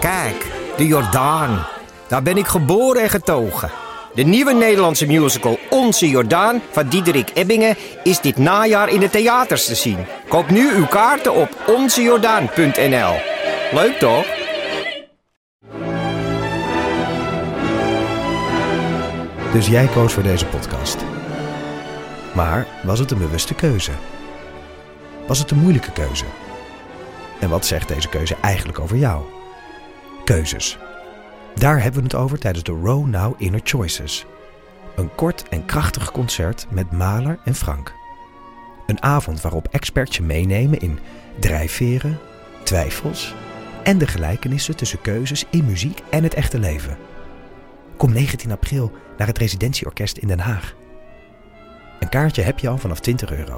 Kijk, de Jordaan. Daar ben ik geboren en getogen. De nieuwe Nederlandse musical Onze Jordaan van Diederik Ebbingen is dit najaar in de theaters te zien. Koop nu uw kaarten op onzejordaan.nl. Leuk toch? Dus jij koos voor deze podcast. Maar was het een bewuste keuze? Was het een moeilijke keuze? En wat zegt deze keuze eigenlijk over jou? Keuzes. Daar hebben we het over tijdens de Row Now Inner Choices. Een kort en krachtig concert met Mahler en Frank. Een avond waarop experts je meenemen in drijfveren, twijfels en de gelijkenissen tussen keuzes in muziek en het echte leven. Kom 19 april naar het Residentieorkest in Den Haag. Een kaartje heb je al vanaf €20.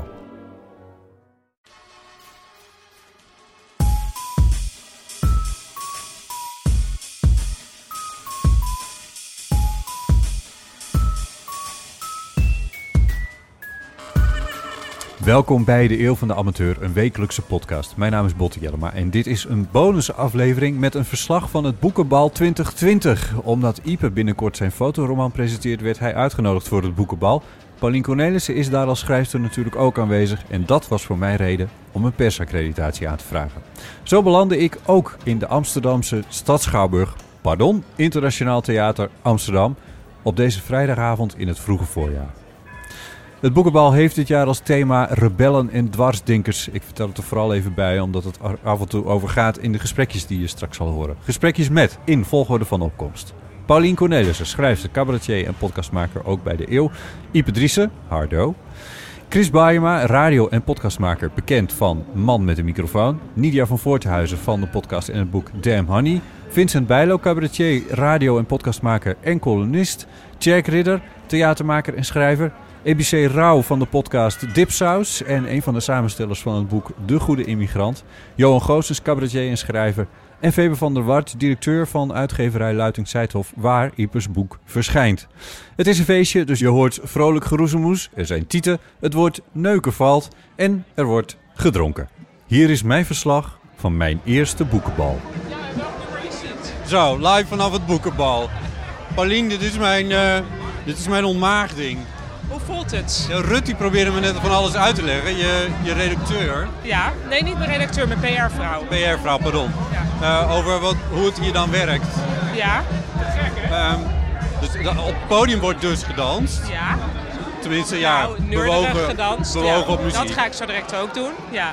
Welkom bij de Eeuw van de Amateur, een wekelijkse podcast. Mijn naam is Botte Jellema en dit is een bonusaflevering met een verslag van het Boekenbal 2020. Omdat Ipe binnenkort zijn fotoroman presenteert, werd hij uitgenodigd voor het Boekenbal. Paulien Cornelissen is daar als schrijfster natuurlijk ook aanwezig en dat was voor mij reden om een persaccreditatie aan te vragen. Zo belandde ik ook in de Amsterdamse Stadschouwburg, Internationaal Theater Amsterdam, op deze vrijdagavond in het vroege voorjaar. Het Boekenbal heeft dit jaar als thema rebellen en dwarsdenkers. Ik vertel het er vooral even bij, omdat het er af en toe over gaat in de gesprekjes die je straks zal horen. Gesprekjes met, in volgorde van opkomst, Paulien Cornelissen, schrijfster, cabaretier en podcastmaker, ook bij de Eeuw. Ipe Driessen, Hardo. Chris Baaijema, radio- en podcastmaker, bekend van Man met een microfoon. Nidia van Voorthuizen van de podcast en het boek Damn Honey. Vincent Bijlo, cabaretier, radio- en podcastmaker en columnist. Jack Ridder, theatermaker en schrijver. EBC Rauw van de podcast Dipsaus en een van de samenstellers van het boek De Goede Immigrant. Johan Goossens, cabaretier en schrijver. En Febe van der Wart, directeur van uitgeverij Luiting-Seithof, waar Ipes boek verschijnt. Het is een feestje, dus je hoort vrolijk geroezemoes, er zijn tieten, het woord neuken valt en er wordt gedronken. Hier is mijn verslag van mijn eerste boekenbal. Zo, live vanaf het boekenbal. Paulien, dit is mijn ontmaagding. Hoe voelt het? Ja, Rut die probeerde me net van alles uit te leggen, je redacteur. Ja, nee, niet mijn redacteur, mijn PR-vrouw. PR-vrouw, pardon. Ja. Over hoe het hier dan werkt. Ja. Dus op het podium wordt dus gedanst. Ja. Tenminste, ja, bewogen gedanst. Bewogen op muziek. Dat ga ik zo direct ook doen, ja.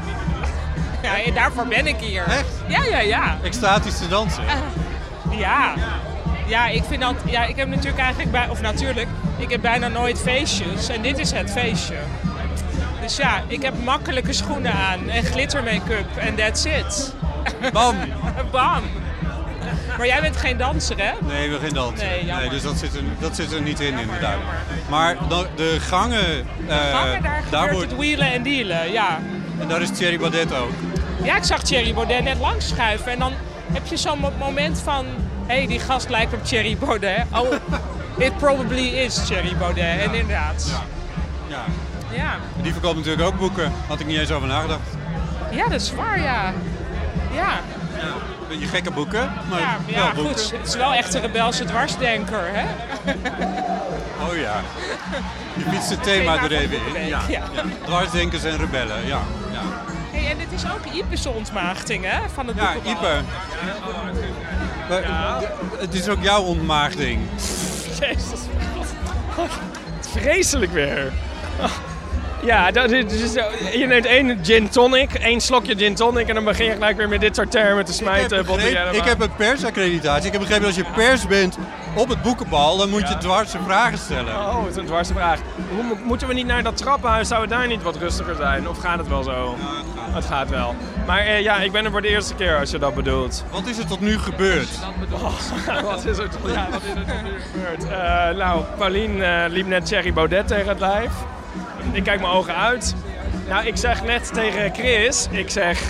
Ja, en daarvoor ben ik hier. Echt? Ja. Extatisch te dansen. Ja. Ja, ik vind dat... Ja, ik heb natuurlijk eigenlijk... ik heb bijna nooit feestjes. En dit is het feestje. Dus ja, ik heb makkelijke schoenen aan. En glittermake-up. En that's it. Bam! Bam! Maar jij bent geen danser, hè? Nee, ik ben geen danser. Nee, dus dat zit er niet in, inderdaad. Maar de gangen... daar wordt het wielen en dealen, ja. En daar is Thierry Baudet ook. Ja, ik zag Thierry Baudet net langs schuiven. En dan heb je zo'n moment van... Hé, die gast lijkt op Thierry Baudet. Oh, it probably is Thierry Baudet. Ja. En inderdaad. Ja. Die verkoopt natuurlijk ook boeken. Had ik niet eens over nagedacht. Ja, dat is waar, ja. Een beetje gekke boeken, maar wel boeken. Goed. Het is wel echt een rebelse dwarsdenker, hè? Oh ja. Je fietst het thema er even in. Ja. Dwarsdenkers en rebellen, ja. Hey, en dit is ook Ipe's ontmaagding, hè? Van het boekenbal. Ja, Ipe. Het is ook jouw ontmaagding. Jezus. Vreselijk weer. Ja, je neemt 1 gin tonic, 1 slokje gin tonic en dan begin je gelijk weer met dit soort termen te smijten. Ik heb een persaccreditatie. Ik heb begrepen als je pers bent op het boekenbal, dan moet je dwarse vragen stellen. Oh, het is een dwarse vraag. Moeten we niet naar dat trappenhuis? Zou het daar niet wat rustiger zijn? Of gaat het wel zo? Ja, het gaat wel. Maar ik ben er voor de eerste keer als je dat bedoelt. Wat is er tot nu gebeurd? Wat is er tot nu gebeurd? Paulien liep net Thierry Baudet tegen het lijf. Ik kijk mijn ogen uit. Nou, ik zeg net tegen Chris, ik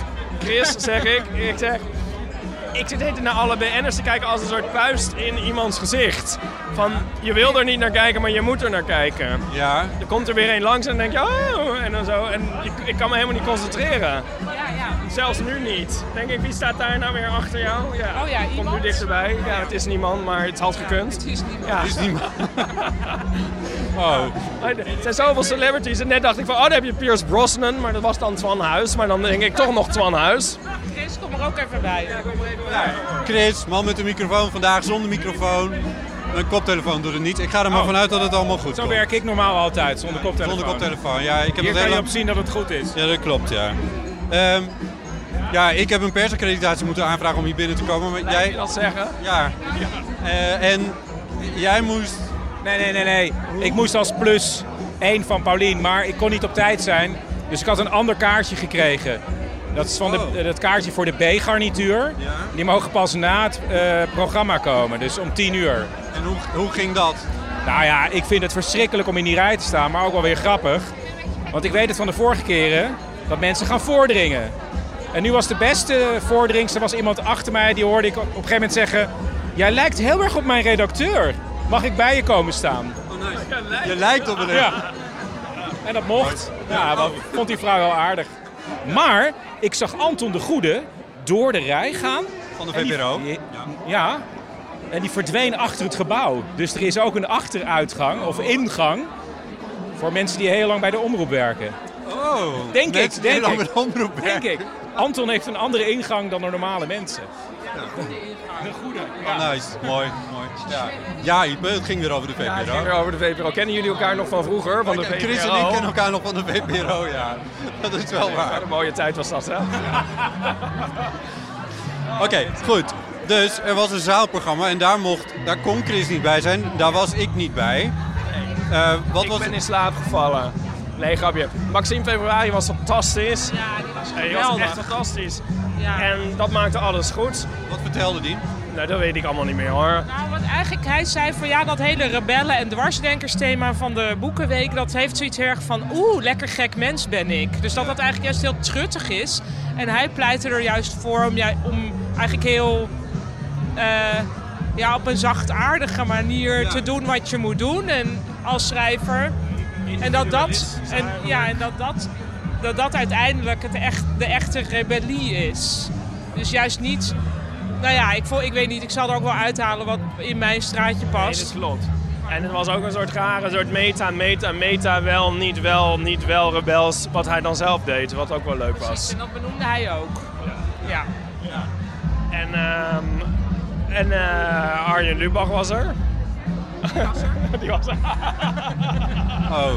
zit even naar alle BN'ers te kijken als een soort puist in iemands gezicht. Van, je wil er niet naar kijken, maar je moet er naar kijken. Ja. Er komt er weer een langs en dan denk je, oh, en dan zo. En ik kan me helemaal niet concentreren. Ja. Zelfs nu niet. Denk ik, wie staat daar nou weer achter jou? Ja, Oh ja, komt iemand? nu dichterbij. Ja, het is niemand, maar het had gekund. Het is niemand. Ja. Is niemand. Oh. Er zijn zoveel celebrities. En net dacht ik van, dan heb je Pierce Brosnan, maar dat was dan Twan Huis. Maar dan denk ik toch nog Twan Huis. Chris, kom er ook even bij. Chris, man met de microfoon, vandaag zonder microfoon. Mijn koptelefoon doet het niet. Ik ga er maar vanuit dat het allemaal goed Zo komt. werk ik normaal altijd, zonder koptelefoon. Zonder koptelefoon, ja. Ik heb Hier het kan heel je lang... op zien dat het goed is. Ja, dat klopt, ja. Ja, ik heb een persaccreditatie moeten aanvragen om hier binnen te komen. Maar Blijf je dat zeggen? Ja. En jij moest... Nee. Ik moest als plus 1 van Paulien, maar ik kon niet op tijd zijn. Dus ik had een ander kaartje gekregen. Dat is van het kaartje voor de B-garnituur. Ja. Die mogen pas na het programma komen, dus om 10 uur. En hoe ging dat? Nou ja, ik vind het verschrikkelijk om in die rij te staan, maar ook wel weer grappig. Want ik weet het van de vorige keren, dat mensen gaan voordringen. En nu was de beste voordringster was iemand achter mij, die hoorde ik op een gegeven moment zeggen... Jij lijkt heel erg op mijn redacteur. Mag ik bij je komen staan? Oh, nice. Je lijkt op een... Ja. En dat mocht. Ja, dat vond die vrouw wel aardig. Maar ik zag Anton de Goede door de rij gaan. Van de En die- VPRO? Ja. En die verdween achter het gebouw. Dus er is ook een achteruitgang of ingang voor mensen die heel lang bij de omroep werken. Oh, Denk ik, mensen die denk lang ik. met de omroep Denk werken. ik. Anton heeft een andere ingang dan de normale mensen. De Goede. Oh, nice, mooi. Ja, Ipe, het ging weer over de Ja, het ging VPRO. weer over de VPRO. Kennen jullie elkaar nog van vroeger? Van de VPRO? Chris en ik kennen elkaar nog van de VPRO, ja. Dat is wel waar. Wat een mooie tijd was dat, hè? Oké, goed. Dus er was een zaalprogramma en daar kon Chris niet bij zijn. Daar was ik niet bij. Wat Ik was ben in slaap gevallen. Nee, grapje. Maxime Februari was fantastisch. Ja, die was Hij was geweldig. echt fantastisch. Ja. En dat maakte alles goed. Wat vertelde die? Nou, dat weet ik allemaal niet meer, hoor. Nou, wat eigenlijk hij zei van ja, dat hele rebellen- en dwarsdenkersthema van de Boekenweek, dat heeft zoiets heel erg van lekker gek mens ben ik. Dus dat eigenlijk juist heel truttig is. En hij pleitte er juist voor om eigenlijk heel op een zachtaardige manier te doen wat je moet doen en als schrijver. En dat uiteindelijk de echte rebellie is. Dus juist niet... Nou ja, ik weet niet, ik zal er ook wel uithalen wat in mijn straatje Nee, past. dat klopt. En het was ook een soort rare soort meta, wel, niet wel rebels, wat hij dan zelf deed, wat ook wel leuk was. En dat benoemde hij ook. Ja. En Arjen Lubach was er. Die was er. Oh.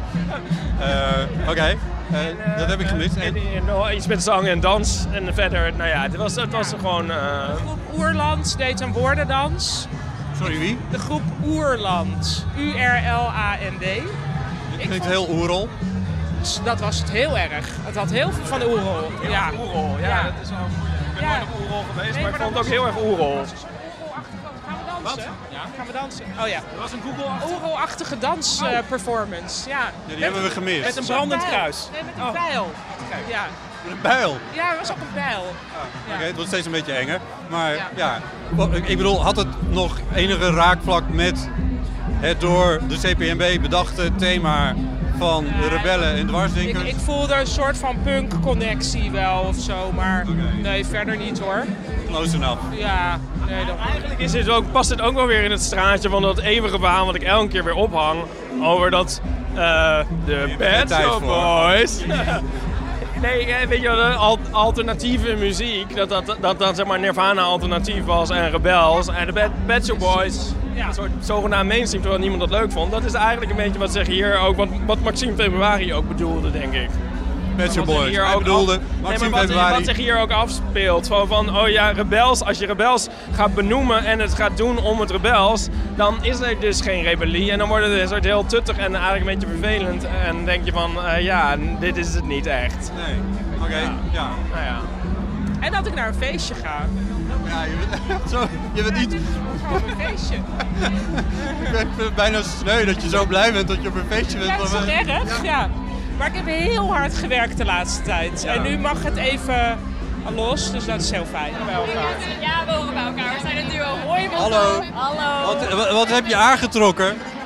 Oké. Dat heb ik gemist. En... nog iets met zang en dans. En verder, nou ja, het was gewoon... De groep Oerland deed een woordendans. Sorry, wie? De groep Oerland. U-R-L-A-N-D. Ik klinkt heel oerol. Dat was het heel erg. Het had heel veel van oerol. Ja. Oerol, ja, dat is wel... Ik ben nooit op Oerol geweest, Nee, maar ik maar vond dat het ook heel erg Oerol. Gaan we dansen? Ja. Gaan we dansen? Oh ja. Er was een Google Oerol-achtige dansperformance. Ja. Ja, die hebben we gemist. met een brandend bijl. kruis. Nee, met een bijl. Ja. Met een bijl. Ja, er was ook een bijl. Ja. Oké, het wordt steeds een beetje enger. Maar Ja. ja, ik bedoel, had het nog enige raakvlak met het door de CPNB bedachte thema van de rebellen en dwarsdenkers? Ik voelde een soort van punk-connectie wel of zo, maar nee, verder niet hoor. Close enough. Ja, nee, dat... Eigenlijk past het ook wel weer in het straatje van dat eeuwige verhaal wat ik elke keer weer ophang. Over dat de Bad tijd Shop voor. Boys. Nee, weet je wel, alternatieve muziek, dat zeg maar Nirvana alternatief was en Rebels. En de Bad Shop Boys, een soort zogenaamd mainstream, terwijl niemand dat leuk vond. Dat is eigenlijk een beetje wat zeg hier ook, wat Maxime Februari ook bedoelde, denk ik. Pet Shop Wat zich Boys. hier Hij ook bedoelde Maxime wat Februari. zich hier ook afspeelt. Van, oh ja, Rebels. Als je Rebels gaat benoemen en het gaat doen om het Rebels, dan is er dus geen rebellie. En dan wordt het een soort heel tuttig en eigenlijk een beetje vervelend. En dan denk je van, ja, dit is het niet echt. Nee. Oké, ja. Nou ja. En dat ik naar een feestje ga. Ja, je bent niet... Gewoon een feestje. Ik vind het bijna sneu dat je zo blij bent dat je op een feestje bent. Ja, dat is toch erg? Ja. Maar ik heb heel hard gewerkt de laatste tijd. Ja. En nu mag het even los, dus dat is heel fijn. Ja, we horen bij elkaar. We zijn het duo. Hoi, Botte. Hallo. Hallo. Wat heb je aangetrokken?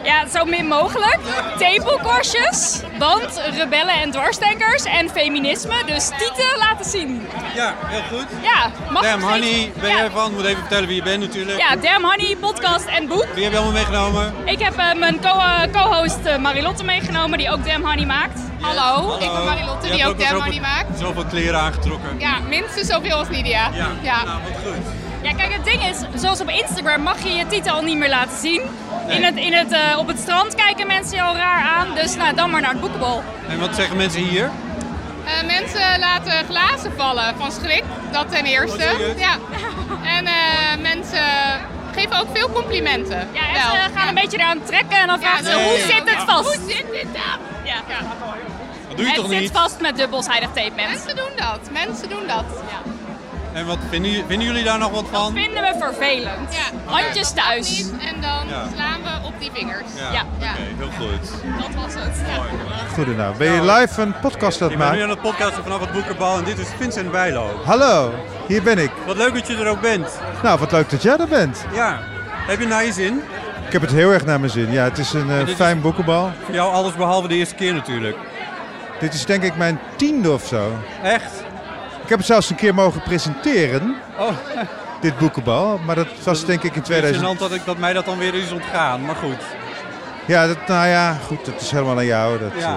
Ja, zo min mogelijk. Theepoelkorstjes, want rebellen en dwarsdenkers en feminisme. Dus tieten laten zien. Ja, heel goed. Ja, mag Damn ik Honey ben jij van. Moet even vertellen wie je bent natuurlijk. Ja, Damn Honey, podcast en boek. Wie heb je allemaal meegenomen? Ik heb mijn co-host Marilotte meegenomen, die ook Damn Honey maakt. Hallo, ik ben Marilotte, die ook Damn Honey maakt. Zoveel kleren aangetrokken. Ja, minstens zoveel als Lydia. Ja. Nou, wat goed. Ja, kijk, het ding is, zoals op Instagram mag je je titel al niet meer laten zien. Nee. Op het strand kijken mensen je al raar aan, dus nou, dan maar naar het boekenbal. En wat zeggen mensen hier? Mensen laten glazen vallen van schrik, dat ten eerste. Ja. En mensen geven ook veel complimenten. Ja, en ze gaan een beetje eraan trekken en dan vragen ze, hoe zit het vast? Hoe zit dit dan? Ja. Dat doe je toch niet? Het zit vast met dubbelzijdig tape, mensen doen dat. Ja. En wat vinden jullie daar nog wat van? Dat vinden we vervelend. Ja. Handjes thuis. En dan slaan we op die vingers. Ja. Oké, heel goed. Dat was het. Ja. Goedenavond. Ben je live een podcast aan het Ik ben nu maken? aan het podcasten vanaf het Boekenbal en dit is Vincent Bijlo. Hallo, hier ben ik. Wat leuk dat je er ook bent. Nou, wat leuk dat jij er bent. Ja. Heb je naar je zin? Ik heb het heel erg naar mijn zin. Ja, het is een fijn boekenbal. Voor jou alles behalve de eerste keer natuurlijk. Dit is denk ik mijn 10e of zo. Echt? Ik heb het zelfs een keer mogen presenteren, Oh, dit boekenbal. Maar dat was denk ik in 2000. Het is dat mij dat dan weer is ontgaan, maar goed. Ja, goed, dat is helemaal aan jou. Ja.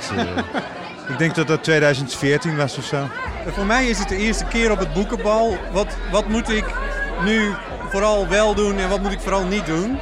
Ik denk dat dat 2014 was of zo. Voor mij is het de eerste keer op het boekenbal. Wat moet ik nu vooral wel doen en wat moet ik vooral niet doen?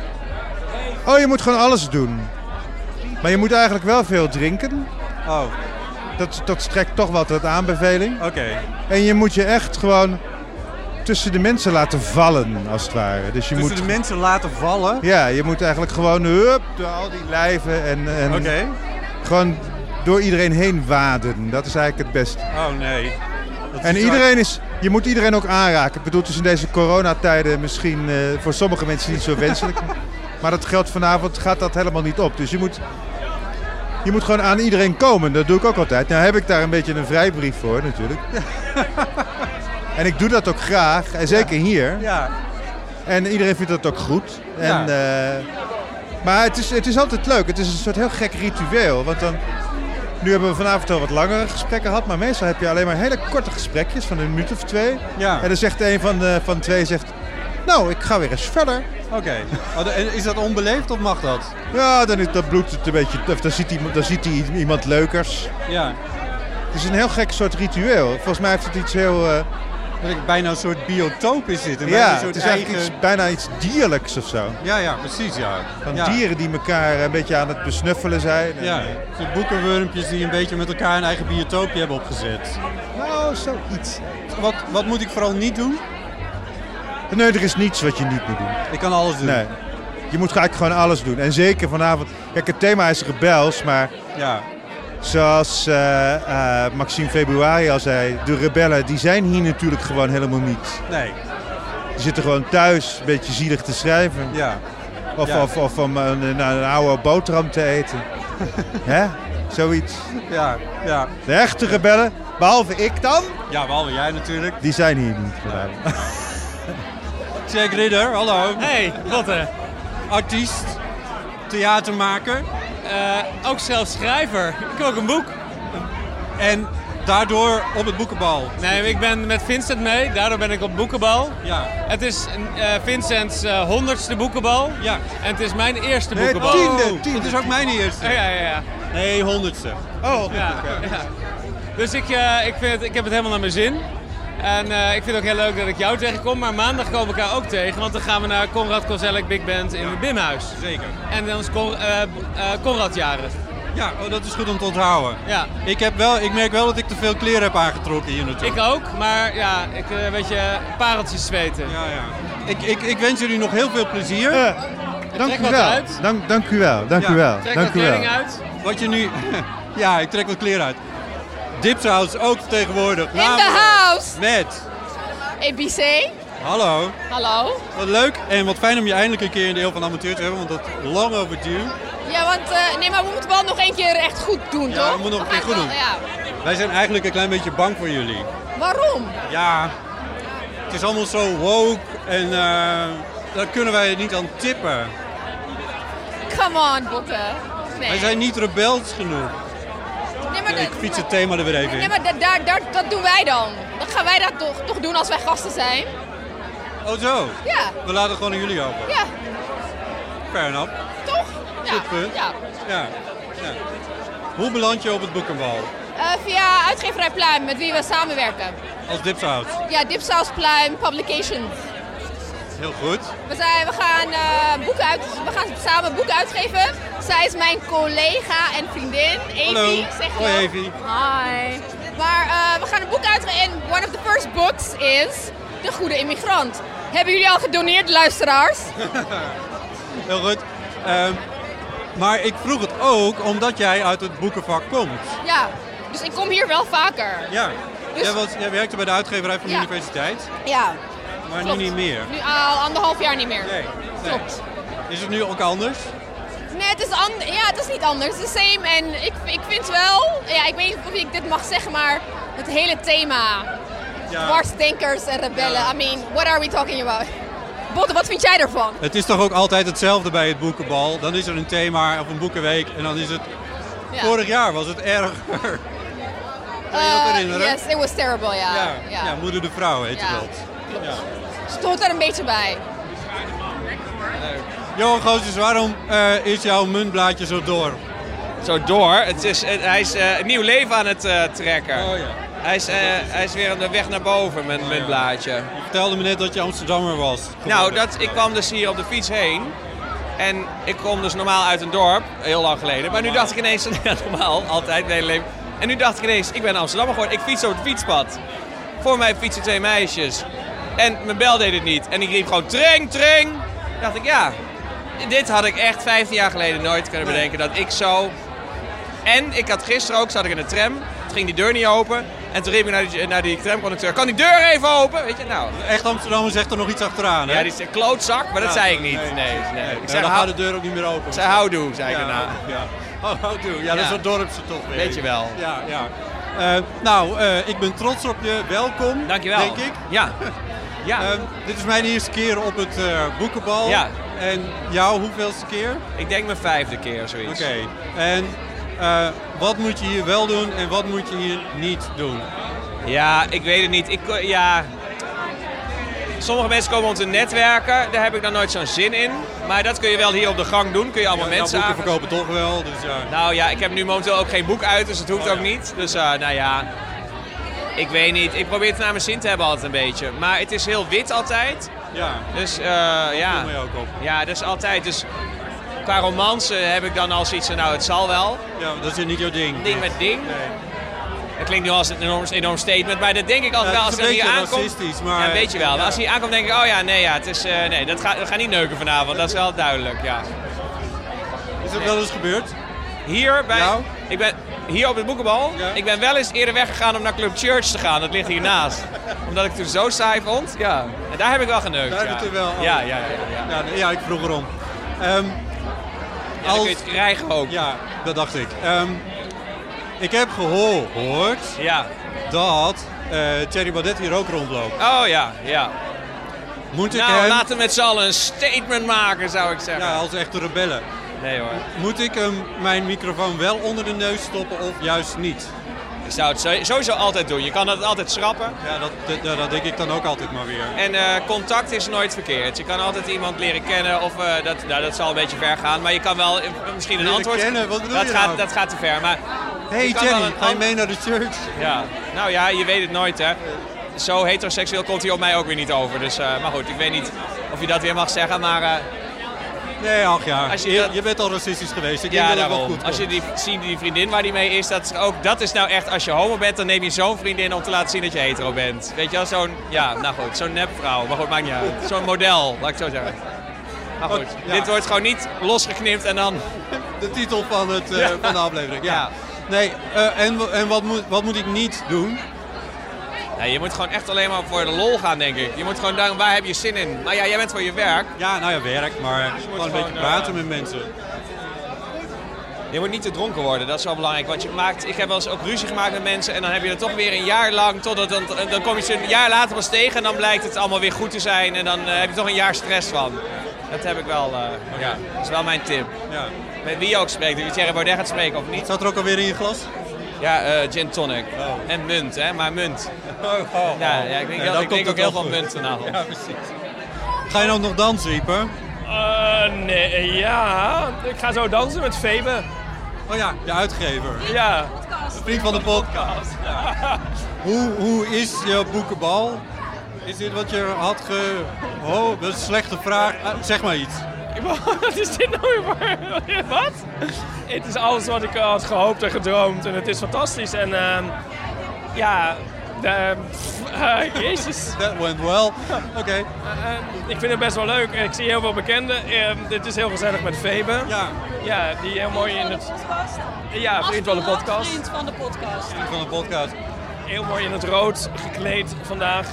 Oh, je moet gewoon alles doen. Maar je moet eigenlijk wel veel drinken. Oh, Dat strekt toch wel tot aanbeveling. oké. En je moet je echt gewoon tussen de mensen laten vallen, als het ware. Dus je Tussen moet, de mensen laten vallen? ja, je moet eigenlijk gewoon door al die lijven en Oké. gewoon door iedereen heen waden. Dat is eigenlijk het beste. Oh nee. En je moet iedereen ook aanraken. Ik bedoel, het is in deze coronatijden misschien voor sommige mensen niet zo wenselijk. Maar dat geldt vanavond, gaat dat helemaal niet op. Dus je moet gewoon aan iedereen komen. Dat doe ik ook altijd. Nou heb ik daar een beetje een vrijbrief voor natuurlijk. En ik doe dat ook graag. En zeker hier. Ja. En iedereen vindt dat ook goed. En, maar het is altijd leuk. Het is een soort heel gek ritueel. Want nu hebben we vanavond al wat langere gesprekken gehad. Maar meestal heb je alleen maar hele korte gesprekjes van een minuut of 2. Ja. En dan zegt een van twee zegt... Nou, ik ga weer eens verder. Oké. En is dat onbeleefd of mag dat? Ja, dan bloedt het een beetje... Of dan ziet hij iemand leukers. Ja. Het is een heel gek soort ritueel. Volgens mij heeft het iets heel... Dat ik bijna een soort biotoop is dit. Ja, het is eigenlijk bijna iets dierlijks of zo. Ja, precies, ja. Van dieren die elkaar een beetje aan het besnuffelen zijn. Ja, soort boekenwurmpjes die een beetje met elkaar een eigen biotoopje hebben opgezet. Nou, zoiets. Wat moet ik vooral niet doen? Nee, er is niets wat je niet moet doen. Ik kan alles doen. Nee. Je moet eigenlijk gewoon alles doen. En zeker vanavond... Kijk, het thema is rebels, maar... Ja. Zoals Maxime Februari al zei, de rebellen die zijn hier natuurlijk gewoon helemaal niet. Nee. Die zitten gewoon thuis een beetje zielig te schrijven. Ja. Of om een oude boterham te eten. Hè? Zoiets. Ja. De echte rebellen, behalve ik dan, Ja, behalve jij natuurlijk. die zijn hier niet. Jack Ridder, hallo. Hey, Botte. Artiest, theatermaker. Ook zelf schrijver. Ik heb ook een boek. En daardoor op het boekenbal. Nee, ik ben met Vincent mee. Daardoor ben ik op boekenbal. Ja. Het is Vincents 100ste boekenbal. Ja. En het is mijn eerste Nee, boekenbal. tiende. Dat is ook mijn eerste. Ja. Nee, 100ste. Oh, Ja. Dus ik heb het helemaal naar mijn zin. En ik vind het ook heel leuk dat ik jou tegenkom. Maar maandag komen we elkaar ook tegen. Want dan gaan we naar Konrad Kozelek Big Band in het Bimhuis. Zeker. En dan is Konrad jarig. Ja, dat is goed om te onthouden. Ja. Ik merk wel dat ik te veel kleren heb aangetrokken hier naartoe. Ik ook, maar ja, ik weet je, pareltjes zweten. Ja. Ik wens jullie nog heel veel plezier. dank Trek u wat wel. uit. Dank u wel. Dank u wel. Trek Dank wat u wel. kleding uit. Wat je nu... Ja, ik trek wat kleren uit. Dipsaus ook tegenwoordig. In the house! Met... EBC. Hallo. Hallo. Wat leuk en wat fijn om je eindelijk een keer in de Eeuw van de Amateur te hebben, want dat is long overdue. Ja, want maar we moeten wel nog één keer echt goed doen, Ja, toch? we moeten nog een keer goed doen. Ja. Wij zijn eigenlijk een klein beetje bang voor jullie. Waarom? Ja, het is allemaal zo woke en daar kunnen wij niet aan tippen. come on, Botte. Nee. Wij zijn niet rebels genoeg. Nee, maar Ik fiets het thema er weer even nee, in. maar dat doen wij dan. Dan gaan wij dat toch doen als wij gasten zijn. Oh zo? Ja. We laten gewoon aan jullie over. Ja. Fair enough. Toch? Ja. Goed punt. Ja. Ja. Hoe beland je op het boekenbal? Via uitgeverij Pluim, met wie we samenwerken. Als dipsaus? Ja, Dipsaus Pluim Publications. Heel goed. We gaan samen boeken uitgeven. Zij is mijn collega en vriendin, Evie. Hallo. Zeg Hoi hallo. Evie. Hi. Maar we gaan een boek uitgeven en one of the first books is De Goede Immigrant. Hebben jullie al gedoneerd, luisteraars? Heel goed. Maar ik vroeg het ook omdat jij uit het boekenvak komt. Ja, dus ik kom hier wel vaker. Ja. Dus... Jij werkte bij de uitgeverij van de Ja. universiteit. Ja. Maar Klopt. nu niet meer. Nu al 1,5 jaar niet meer. Nee. Klopt. Is het nu ook anders? Nee, het is niet anders. Het is the same. En ik vind wel, ja, ik weet niet of ik dit mag zeggen, maar het hele thema. Ja. Dwarsdenkers en rebellen. I mean, what are we talking about? Botte, wat vind jij ervan? Het is toch ook altijd hetzelfde bij het boekenbal. Dan is er een thema of een boekenweek en dan is het... Ja. Vorig jaar was het erger. Kan je dat herinneren? Yes, it was terrible, ja. Ja, Moeder de Vrouw heet Ja. dat. Klopt. Ja. Stond er een beetje bij. Johan Goossens, waarom is jouw muntblaadje zo door? Zo door? Hij is een nieuw leven aan het trekken. Oh ja. Hij is weer aan de weg naar boven met mijn blaadje. Je vertelde me net dat je Amsterdammer was. Nou, ik kwam dus hier op de fiets heen. En ik kom dus normaal uit een dorp, heel lang geleden. Maar nu dacht ik ineens, ja, normaal, altijd, mijn hele leven. En nu dacht ik ineens, ik ben Amsterdammer geworden. Ik fiets op het fietspad. Voor mij fietsen 2 meisjes. En mijn bel deed het niet. En ik riep gewoon, tring, tring. Dacht ik, ja, dit had ik echt 15 jaar geleden nooit kunnen bedenken. Dat ik zo... En ik had gisteren ook, zat ik in de tram. Toen ging die deur niet open. En toen riep ik naar die tramconducteur, kan die deur even open? Weet je, nou. Echt Amsterdammer zegt er nog iets achteraan, hè? Ja, die is een klootzak, maar dat zei ik niet. Nee. Ik zei, dan gaat de deur ook niet meer open. Ik zei, houdoe, zei ik daarna. Ja. Houdoe. Ja, dat is een dorpse toch weer. Weet je wel. Ja. Ik ben trots op je. Welkom. Dankjewel. Denk ik. Ja. Dit is mijn eerste keer op het boekenbal. Ja. En jou, hoeveelste keer? Ik denk mijn 5e keer, zoiets. Oké. En wat moet je hier wel doen en wat moet je hier niet doen? Ja, ik weet het niet. Sommige mensen komen om te netwerken, daar heb ik dan nooit zo'n zin in. Maar dat kun je wel hier op de gang doen, kun je allemaal mensen boeken verkopen toch wel, dus ja. Nou ja, ik heb nu momenteel ook geen boek uit, dus het hoeft ook niet. Dus nou ja, ik weet niet. Ik probeer het naar mijn zin te hebben altijd een beetje. Maar het is heel wit altijd. Ja, dus dat viel mij ook op. Ja, dat is altijd. Dus qua romance heb ik dan al zoiets van, nou het zal wel. Ja, dat is niet jouw ding. Ding met ding. Nee. Het klinkt nu als een enorm statement, maar dat denk ik altijd wel als het is hij hier een beetje aankomt. racistisch, maar... Ja, weet je wel. Maar als hij hier aankomt denk ik, oh ja, nee, het is, nee dat gaat niet neuken vanavond. Dat is wel duidelijk, ja. Is dat wel eens gebeurd? Hier bij... Nou? Ik ben hier op het boekenbal. Ja. Ik ben wel eens eerder weggegaan om naar Club Church te gaan. Dat ligt hiernaast. Omdat ik het toen zo saai vond. Ja. En daar heb ik wel geneukt. Daar heb je het er wel over. Ja. Ik vroeg erom. Dan kun je het krijgen ook. Ja, dat dacht ik. Ik heb gehoord dat Thierry Baudet hier ook rondloopt. Oh ja. Moet ik laten we met z'n allen een statement maken, zou ik zeggen. Ja, als echte rebellen. Nee hoor. Moet ik mijn microfoon wel onder de neus stoppen of juist niet? Ik zou het sowieso altijd doen. Je kan het altijd schrappen. Ja, dat denk ik dan ook altijd maar weer. En contact is nooit verkeerd. Je kan altijd iemand leren kennen of dat zal een beetje ver gaan. Maar je kan wel misschien een antwoord... Kennen? Wat bedoel je nou? Dat gaat te ver. Maar hey Thierry, ga je mee naar de church? Ja, nou ja, je weet het nooit hè. Zo heteroseksueel komt hij op mij ook weer niet over. Dus, maar goed, ik weet niet of je dat weer mag zeggen, maar... Nee, ach ja. Je bent al racistisch geweest. Ik denk dat het wel goed komt. Als je die vriendin waar die mee is, dat is nou echt, als je homo bent, dan neem je zo'n vriendin om te laten zien dat je hetero bent. Weet je wel, zo'n nepvrouw. Maar goed, maakt niet uit. Zo'n model, laat ik zo zeggen. Maar goed, dit wordt gewoon niet losgeknipt en dan... De titel van de aflevering, ja. Nee, en wat moet ik niet doen? Ja, je moet gewoon echt alleen maar voor de lol gaan, denk ik. Je moet gewoon denken, waar heb je zin in? Maar ja, jij bent voor je werk. Ja, nou ja, werk, maar gewoon een beetje praten met mensen. Je moet niet te dronken worden, dat is wel belangrijk. Want ik heb wel eens ook ruzie gemaakt met mensen en dan heb je er toch weer een jaar lang, dan kom je ze een jaar later pas tegen en dan blijkt het allemaal weer goed te zijn en dan heb je toch een jaar stress van. Dat heb ik wel, dat is wel mijn tip. Ja. Met wie je ook spreekt, of Thierry Baudet gaat spreken of niet. Wat staat er ook alweer in je glas? Ja, gin tonic. Oh. En munt, hè, maar munt. Ja, ik denk ook heel veel munten nou. Ja, precies. Ga je nou nog dansen, Ieper? Nee, ja. Ik ga zo dansen met Febe. Oh ja, je uitgever. Ja. Vriend van de podcast. Ja. Hoe is je boekenbal? Is dit wat je had Oh, dat is een slechte vraag. Zeg maar iets. Wat is dit nou weer? Wat? Het is alles wat ik had gehoopt en gedroomd. En het is fantastisch. En jezus. That went well. Oké. Ik vind het best wel leuk. Ik zie heel veel bekenden. Het is heel gezellig met Febe. Ja. Ja, die heel mooi in het... Ja, vriend van de podcast. Vriend van de podcast. Vriend van de podcast. Heel mooi in het rood gekleed vandaag.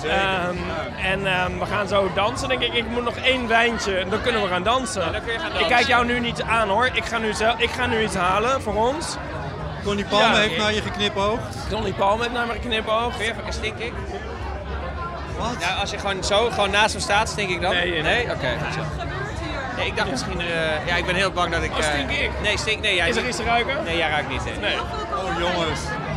We gaan zo dansen, denk ik. Ik moet nog 1 wijntje en dan kunnen we gaan dansen. Dan kun je gaan dansen. Ik kijk jou nu niet aan, hoor. Ik ga nu iets halen voor ons. Connie Palme heeft naar je geknipoogd. Connie Palme heeft naar me geknipoogd. Stink ik? Wat? Ja, als je gewoon naast me staat, stink ik dan? Nee? Oké. Nee, ik dacht misschien... ik ben heel bang dat ik... stink ik? Nee, jij is er iets te ruiken? Nee, jij ruikt niet. Nee. Oh, jongens.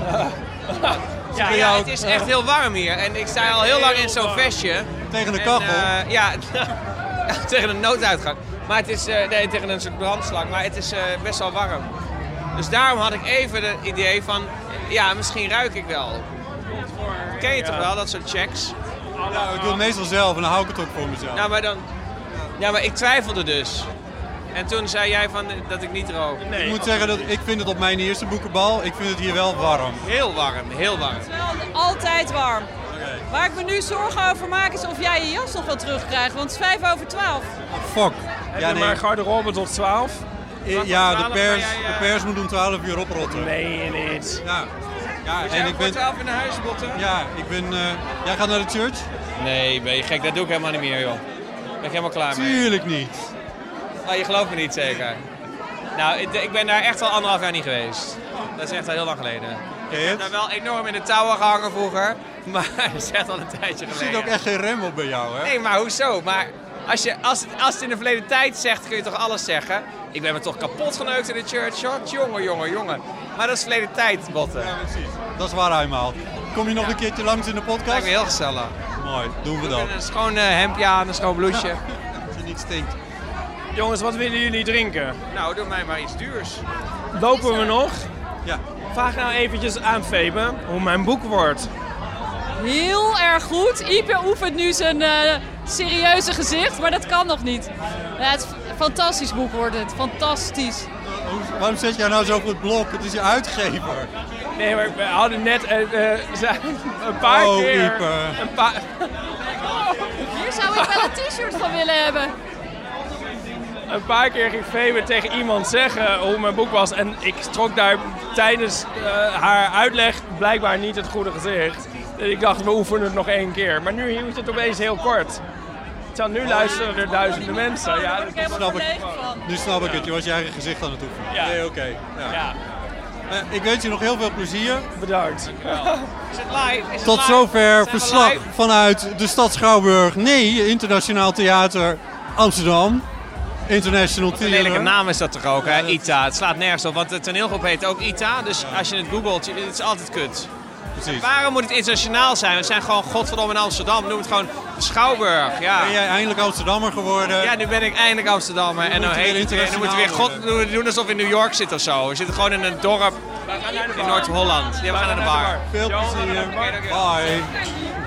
Ja, het is echt heel warm hier. En ik sta al heel lang in zo'n vestje. Tegen de kachel? Tegen een nooduitgang. Maar het is... tegen een soort brandslang. Maar het is best wel warm. Dus daarom had ik even het idee van... Ja, misschien ruik ik wel. Ken je toch wel, dat soort checks? Ja, ik doe het meestal zelf en dan hou ik het ook voor mezelf. Nou, maar dan... Ja, maar ik twijfelde dus. En toen zei jij dat ik niet rook. Nee, ik moet zeggen dat ik vind het op mijn eerste boekenbal, ik vind het hier wel warm. Heel warm, heel warm. Het is wel altijd warm. Okay. Waar ik me nu zorgen over maak is of jij je jas nog wel terugkrijgt, want het is 5:55. Fuck. Heb je maar garderobe tot 12? Ja, de pers moet om 12 uur oprotten. Nee, niet. Ja. Dus en ik ben 12 in huis, Botten? Ja, jij gaat naar de church? Nee, ben je gek, dat doe ik helemaal niet meer, joh. Ben ik helemaal klaar mee. Tuurlijk niet. Oh, je gelooft me niet zeker? Nou, ik ben daar echt al 1,5 jaar niet geweest. Dat is echt al heel lang geleden. Ik heb daar wel enorm in de touwen gehangen vroeger. Maar dat is echt al een tijdje geleden. Er zit ook echt geen rem op bij jou, hè? Nee, maar hoezo? Maar als het in de verleden tijd zegt, kun je toch alles zeggen? Ik ben me toch kapot geneukt in de church, hoor. Jongen. Maar dat is verleden tijd, Botten. Ja, precies. Dat is waar, eenmaal. Kom je nog een keertje langs in de podcast? Lijkt me heel gezellig. Mooi, doen we dat. Een schoon hemdje aan, een schoon blouseje. Als het niet stinkt. Jongens, wat willen jullie drinken? Nou, doe mij maar iets duurs. Lopen we nog? Ja. Vraag nou eventjes aan Febe hoe mijn boek wordt. Heel erg goed. Ieper oefent nu zijn serieuze gezicht, maar dat kan nog niet. Ja, het is een fantastisch boek wordt het. Fantastisch. Waarom zet jij nou zo op het blok? Het is je uitgever. Nee, maar we hadden net een paar keer... Ieper. Hier zou ik wel een t-shirt van willen hebben. Een paar keer ging Febe tegen iemand zeggen hoe mijn boek was. En ik trok daar tijdens haar uitleg blijkbaar niet het goede gezicht. En ik dacht, we oefenen het nog 1 keer. Maar nu hield het opeens heel kort. Terwijl nu luisteren er duizenden mensen. Ja, dat nu snap ik het. Je was je eigen gezicht aan het oefenen. Ja. Nee, oké. Ja. Ik wens je nog heel veel plezier. Bedankt. Is het live? Tot zover verslag vanuit de stad Schouwburg. Nee, Internationaal Theater Amsterdam. International Theater. Een lelijke naam is dat toch ook, hè? ITA. Het slaat nergens op, want de toneelgroep heet ook ITA. Dus als je het googelt, het is altijd kut. Precies. Waarom moet het internationaal zijn? We zijn gewoon godverdomme in Amsterdam. Noem het gewoon Schouwburg. Ja. Ben jij eindelijk Amsterdammer geworden? Ja, nu ben ik eindelijk Amsterdammer. En dan moeten we weer doen alsof we in New York zitten of zo. We zitten gewoon in een dorp in Noord-Holland. Ja, we gaan naar de bar. Veel plezier. Bye.